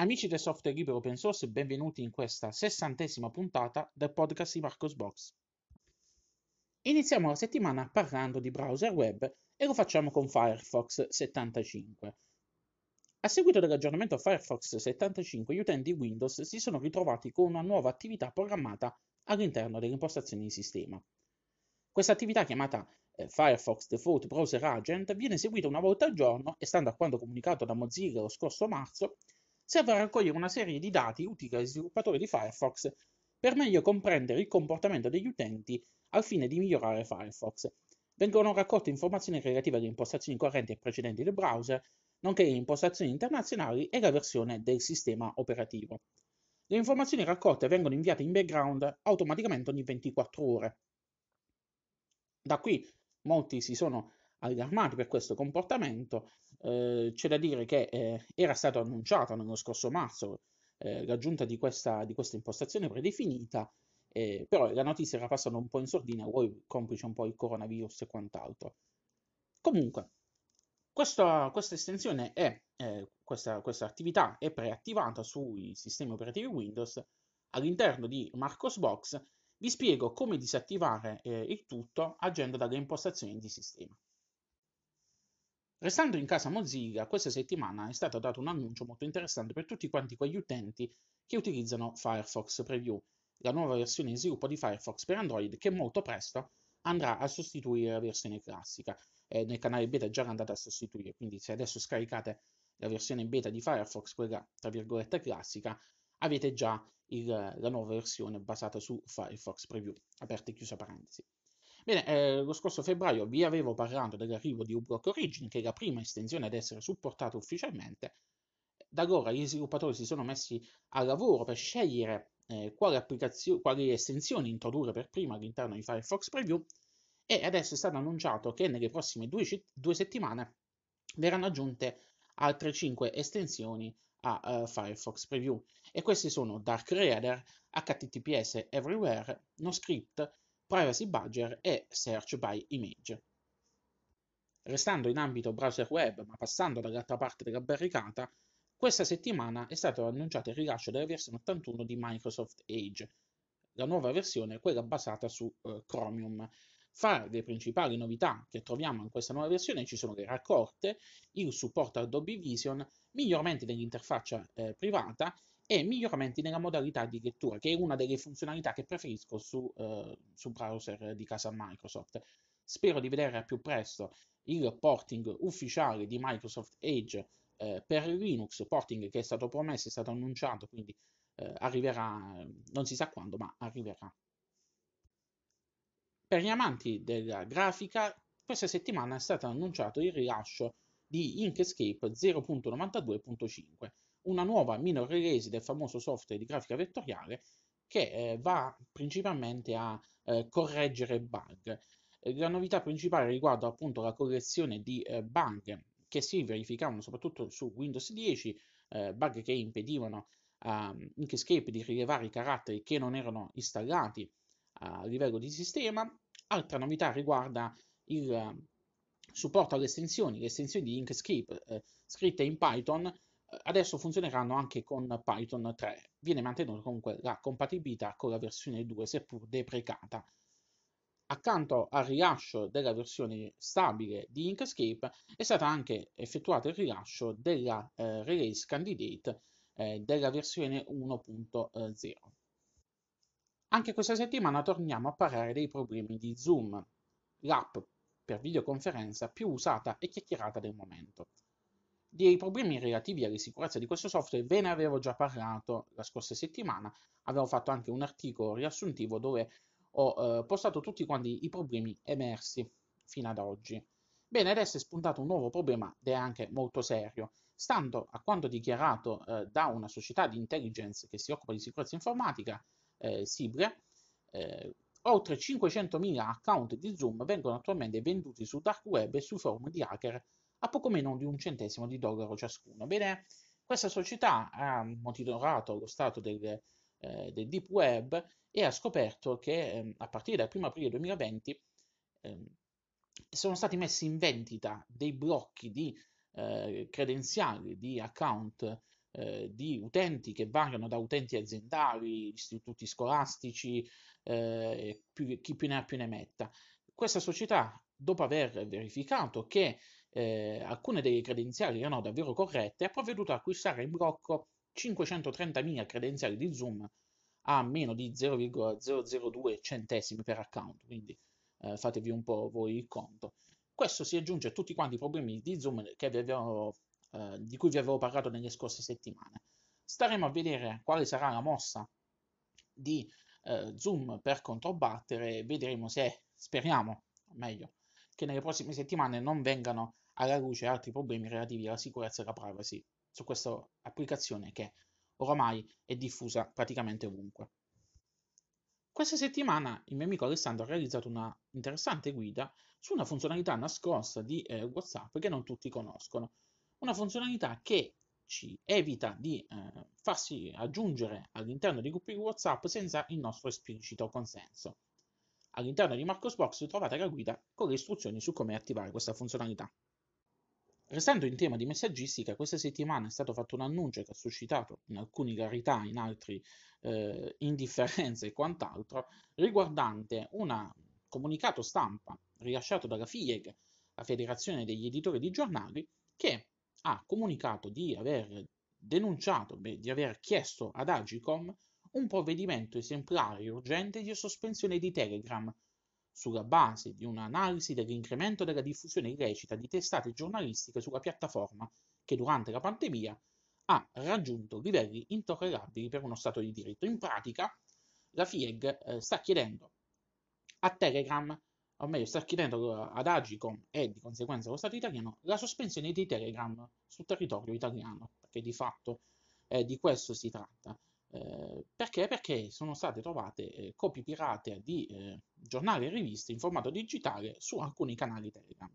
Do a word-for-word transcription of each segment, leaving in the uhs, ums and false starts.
Amici del software libero open source, benvenuti in questa sessantesima puntata del podcast di Marcosbox. Iniziamo la settimana parlando di browser web e lo facciamo con Firefox settantacinque. A seguito dell'aggiornamento Firefox settantacinque, gli utenti Windows si sono ritrovati con una nuova attività programmata all'interno delle impostazioni di sistema. Questa attività, chiamata eh, Firefox Default Browser Agent, viene eseguita una volta al giorno e, stando a quanto comunicato da Mozilla lo scorso marzo, serve a raccogliere una serie di dati utili agli sviluppatori di Firefox per meglio comprendere il comportamento degli utenti al fine di migliorare Firefox. Vengono raccolte informazioni relative alle impostazioni correnti e precedenti del browser, nonché le impostazioni internazionali e la versione del sistema operativo. Le informazioni raccolte vengono inviate in background automaticamente ogni ventiquattro ore. Da qui molti si sono allarmati per questo comportamento. Eh, c'è da dire che eh, era stato annunciato nello scorso marzo eh, l'aggiunta di questa, di questa impostazione predefinita, eh, però la notizia era passata un po' in sordina, poi complice un po' il coronavirus e quant'altro. Comunque, questa, questa estensione è, eh, questa, questa attività è preattivata sui sistemi operativi Windows. All'interno di Marcosbox vi spiego come disattivare eh, il tutto agendo dalle impostazioni di sistema. Restando in casa Mozilla, questa settimana è stato dato un annuncio molto interessante per tutti quanti quegli utenti che utilizzano Firefox Preview, la nuova versione di sviluppo di Firefox per Android che molto presto andrà a sostituire la versione classica. Eh, nel canale beta è già andata a sostituire, quindi se adesso scaricate la versione beta di Firefox, quella tra virgolette classica, avete già il, la nuova versione basata su Firefox Preview, aperta e chiusa parentesi. Bene, eh, lo scorso febbraio vi avevo parlato dell'arrivo di uBlock Origin, che è la prima estensione ad essere supportata ufficialmente. Da allora gli sviluppatori si sono messi al lavoro per scegliere eh, quali, quali estensioni introdurre per prima all'interno di Firefox Preview, e adesso è stato annunciato che nelle prossime due, due settimane verranno aggiunte altre cinque estensioni a uh, Firefox Preview, e questi sono Dark Reader, H T T P S Everywhere, NoScript, Privacy Badger e Search by Image. Restando in ambito browser web, ma passando dall'altra parte della barricata, questa settimana è stato annunciato il rilascio della versione ottantuno di Microsoft Edge, la nuova versione, quella basata su uh, Chromium. Fra le principali novità che troviamo in questa nuova versione ci sono le raccorte, il supporto a Dolby Vision, miglioramenti dell'interfaccia eh, privata e miglioramenti nella modalità di lettura, che è una delle funzionalità che preferisco su, uh, su browser di casa Microsoft. Spero di vedere al più presto il porting ufficiale di Microsoft Edge eh, per Linux, porting che è stato promesso, è stato annunciato, quindi eh, arriverà, non si sa quando, ma arriverà. Per gli amanti della grafica, questa settimana è stato annunciato il rilascio di Inkscape zero punto novantadue punto cinque, una nuova minor release del famoso software di grafica vettoriale che eh, va principalmente a eh, correggere bug. La novità principale riguarda appunto la correzione di eh, bug che si verificavano soprattutto su Windows dieci, eh, bug che impedivano a Inkscape di rilevare i caratteri che non erano installati a livello di sistema. Altra novità riguarda il uh, supporto alle estensioni. Le estensioni di Inkscape eh, scritte in Python eh, adesso funzioneranno anche con Python tre. Viene mantenuta comunque la compatibilità con la versione due, seppur deprecata. Accanto al rilascio della versione stabile di Inkscape è stato anche effettuato il rilascio della eh, release candidate eh, della versione uno punto zero. Anche questa settimana torniamo a parlare dei problemi di Zoom, l'app per videoconferenza più usata e chiacchierata del momento. Dei problemi relativi alla sicurezza di questo software ve ne avevo già parlato la scorsa settimana, avevo fatto anche un articolo riassuntivo dove ho eh, postato tutti quanti i problemi emersi fino ad oggi. Bene, adesso è spuntato un nuovo problema ed è anche molto serio. Stando a quanto dichiarato eh, da una società di intelligence che si occupa di sicurezza informatica, eh, Sible, eh, oltre cinquecentomila account di Zoom vengono attualmente venduti sul dark web e sui forum di hacker a poco meno di un centesimo di dollaro ciascuno. Bene, questa società ha monitorato lo stato del, eh, del deep web e ha scoperto che eh, a partire dal primo aprile duemilaventi eh, sono stati messi in vendita dei blocchi di eh, credenziali di account eh, di utenti che variano da utenti aziendali, istituti scolastici, eh, più- chi più ne ha più ne metta. Questa società, dopo aver verificato che eh, alcune delle credenziali erano davvero corrette, ha provveduto ad acquistare in blocco cinquecentotrentamila credenziali di Zoom a meno di zero virgola zero zero due centesimi per account, quindi eh, fatevi un po' voi il conto. Questo si aggiunge a tutti quanti i problemi di Zoom che avevo, eh, di cui vi avevo parlato nelle scorse settimane. Staremo a vedere quale sarà la mossa di eh, Zoom per controbattere e vedremo se, speriamo, o meglio, che nelle prossime settimane non vengano alla luce altri problemi relativi alla sicurezza e alla privacy su questa applicazione che oramai è diffusa praticamente ovunque. Questa settimana il mio amico Alessandro ha realizzato una interessante guida su una funzionalità nascosta di eh, WhatsApp che non tutti conoscono. Una funzionalità che ci evita di eh, farsi aggiungere all'interno di gruppi WhatsApp senza il nostro esplicito consenso. All'interno di Marcosbox trovate la guida con le istruzioni su come attivare questa funzionalità. Restando in tema di messaggistica, questa settimana è stato fatto un annuncio che ha suscitato in alcuni hilarità, in altri eh, indifferenza e quant'altro, riguardante un comunicato stampa rilasciato dalla FIEG, la Federazione degli Editori di Giornali, che ha comunicato di aver denunciato, beh, di aver chiesto ad Agicom un provvedimento esemplare e urgente di sospensione di Telegram sulla base di un'analisi dell'incremento della diffusione illecita di testate giornalistiche sulla piattaforma che durante la pandemia ha raggiunto livelli intollerabili per uno Stato di diritto. In pratica, la FIEG eh, sta chiedendo a Telegram, o meglio, sta chiedendo ad Agicom e di conseguenza allo Stato italiano la sospensione di Telegram sul territorio italiano, perché di fatto eh, di questo si tratta. Eh, perché? Perché sono state trovate eh, copie pirate di eh, giornali e riviste in formato digitale su alcuni canali Telegram.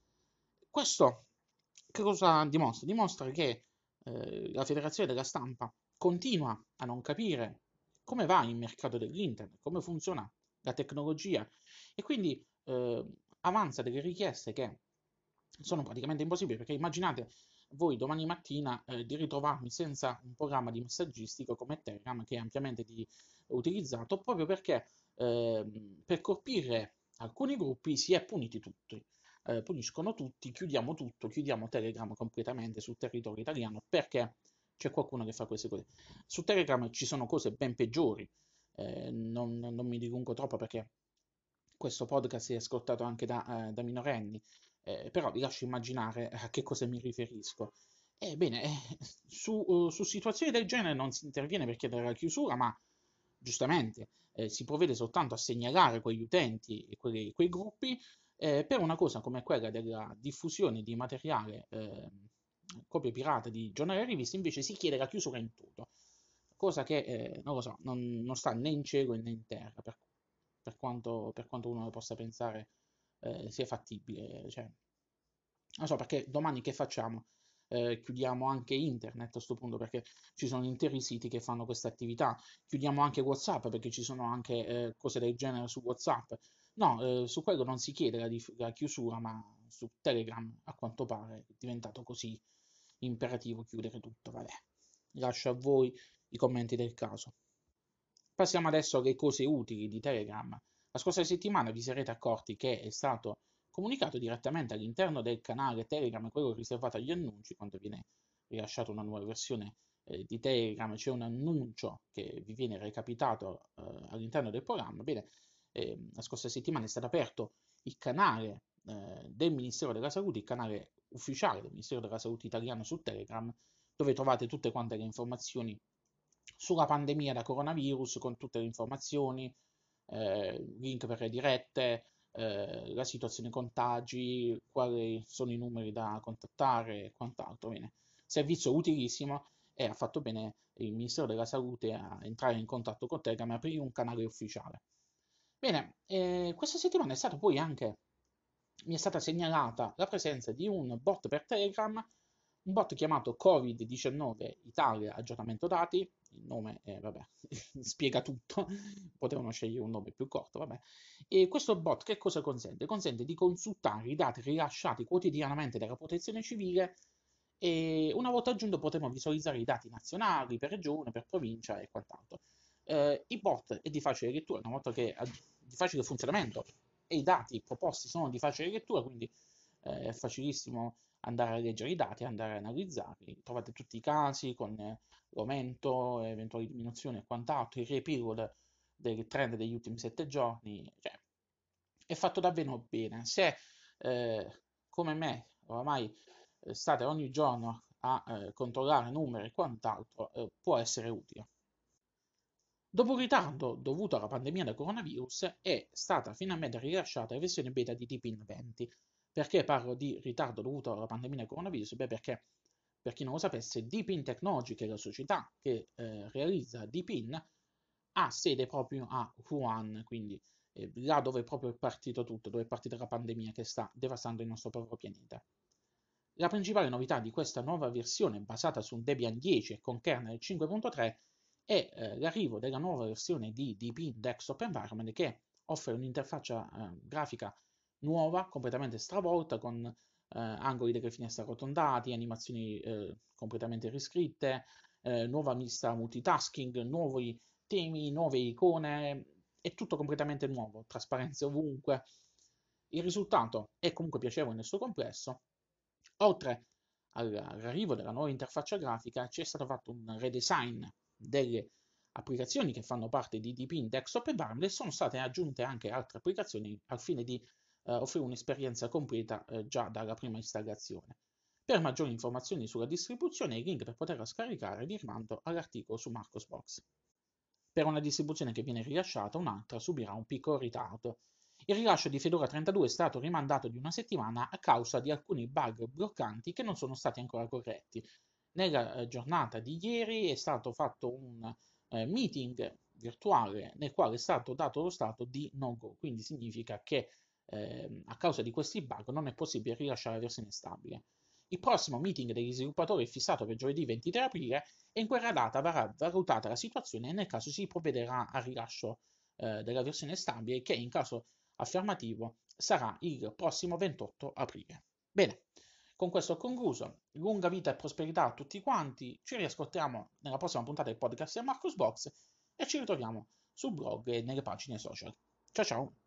Questo che cosa dimostra? Dimostra che eh, la Federazione della Stampa continua a non capire come va il mercato dell'internet, come funziona la tecnologia e quindi eh, avanza delle richieste che sono praticamente impossibili perché immaginate voi domani mattina eh, di ritrovarmi senza un programma di messaggistico come Telegram che è ampiamente di, utilizzato proprio perché eh, per colpire alcuni gruppi si è puniti tutti. Eh, puniscono tutti, chiudiamo tutto, chiudiamo Telegram completamente sul territorio italiano perché c'è qualcuno che fa queste cose. Su Telegram ci sono cose ben peggiori, eh, non, non mi dilungo troppo perché questo podcast è ascoltato anche da, eh, da minorenni, eh, però vi lascio immaginare a che cosa mi riferisco. Ebbene, eh, su, uh, su situazioni del genere non si interviene per chiedere la chiusura, ma giustamente eh, si provvede soltanto a segnalare quegli utenti e quei, quei gruppi eh, per una cosa come quella della diffusione di materiale, eh, copie pirate di giornali e riviste, invece si chiede la chiusura in tutto, cosa che eh, non lo so, non, non sta né in cielo né in terra, per, per quanto, per quanto uno possa pensare eh, sia fattibile. Cioè, non so, perché domani che facciamo? Eh, chiudiamo anche internet a questo punto perché ci sono interi siti che fanno questa attività. Chiudiamo anche WhatsApp perché ci sono anche eh, cose del genere su WhatsApp. No, eh, su quello non si chiede la, dif- la chiusura, ma su Telegram a quanto pare è diventato così imperativo chiudere tutto. Vabbè, lascio a voi i commenti del caso. Passiamo adesso alle cose utili di Telegram. La scorsa settimana vi sarete accorti che è stato comunicato direttamente all'interno del canale Telegram, quello riservato agli annunci, quando viene rilasciata una nuova versione eh, di Telegram, c'è un annuncio che vi viene recapitato eh, all'interno del programma. Bene, eh, la scorsa settimana è stato aperto il canale eh, del Ministero della Salute, il canale ufficiale del Ministero della Salute italiano su Telegram, dove trovate tutte quante le informazioni sulla pandemia da coronavirus con tutte le informazioni, eh, link per le dirette, eh, la situazione contagi, quali sono i numeri da contattare e quant'altro. Bene, servizio utilissimo e ha fatto bene il Ministero della Salute a entrare in contatto con Telegram e aprire un canale ufficiale. Bene, eh, questa settimana è stata poi anche, mi è stata segnalata la presenza di un bot per Telegram, un bot chiamato covid diciannove Italia aggiornamento dati, il nome è, vabbè, spiega tutto, potevano scegliere un nome più corto, vabbè. E questo bot che cosa consente? Consente di consultare i dati rilasciati quotidianamente dalla Protezione Civile e una volta aggiunto potremo visualizzare i dati nazionali per regione, per provincia e quant'altro. Eh, I bot è di facile lettura, una volta che è di facile funzionamento e i dati proposti sono di facile lettura, quindi eh, è facilissimo andare a leggere i dati, andare a analizzarli. Trovate tutti i casi con eh, l'aumento, eventuali diminuzioni e quant'altro, il riepilogo de- del trend degli ultimi sette giorni. Cioè, è fatto davvero bene. Se eh, come me oramai eh, state ogni giorno a eh, controllare numeri e quant'altro, eh, può essere utile. Dopo un ritardo dovuto alla pandemia da coronavirus, è stata finalmente rilasciata la versione beta di Deepin venti. Perché parlo di ritardo dovuto alla pandemia da coronavirus? Beh, perché, per chi non lo sapesse, Deepin Technology, che è la società che eh, realizza Deepin, ha sede proprio a Wuhan, quindi eh, là dove è proprio partito tutto, dove è partita la pandemia che sta devastando il nostro povero pianeta. La principale novità di questa nuova versione, basata su un Debian dieci e con kernel cinque punto tre, è eh, l'arrivo della nuova versione di Deepin Desktop Environment, che offre un'interfaccia eh, grafica nuova, completamente stravolta, con eh, angoli delle finestre arrotondati, animazioni eh, completamente riscritte, eh, nuova vista multitasking, nuovi temi, nuove icone, è tutto completamente nuovo, trasparenza ovunque. Il risultato è comunque piacevole nel suo complesso. Oltre all'arrivo della nuova interfaccia grafica, ci è stato fatto un redesign delle applicazioni che fanno parte di Deepin Desktop Environment e sono state aggiunte anche altre applicazioni al fine di eh, offrire un'esperienza completa eh, già dalla prima installazione. Per maggiori informazioni sulla distribuzione e i link per poterla scaricare vi rimando all'articolo su Marcosbox. Per una distribuzione che viene rilasciata, un'altra subirà un piccolo ritardo. Il rilascio di Fedora trentadue è stato rimandato di una settimana a causa di alcuni bug bloccanti che non sono stati ancora corretti. Nella eh, giornata di ieri è stato fatto un eh, meeting virtuale nel quale è stato dato lo stato di no-go, quindi significa che eh, a causa di questi bug non è possibile rilasciare la versione stabile. Il prossimo meeting degli sviluppatori è fissato per giovedì ventitré aprile e in quella data verrà valutata la situazione e nel caso si provvederà al rilascio eh, della versione stabile che in caso affermativo sarà il prossimo ventotto aprile. Bene, con questo ho concluso. Lunga vita e prosperità a tutti quanti. Ci riascoltiamo nella prossima puntata del podcast di Marcus Box e ci ritroviamo sul blog e nelle pagine social. Ciao ciao!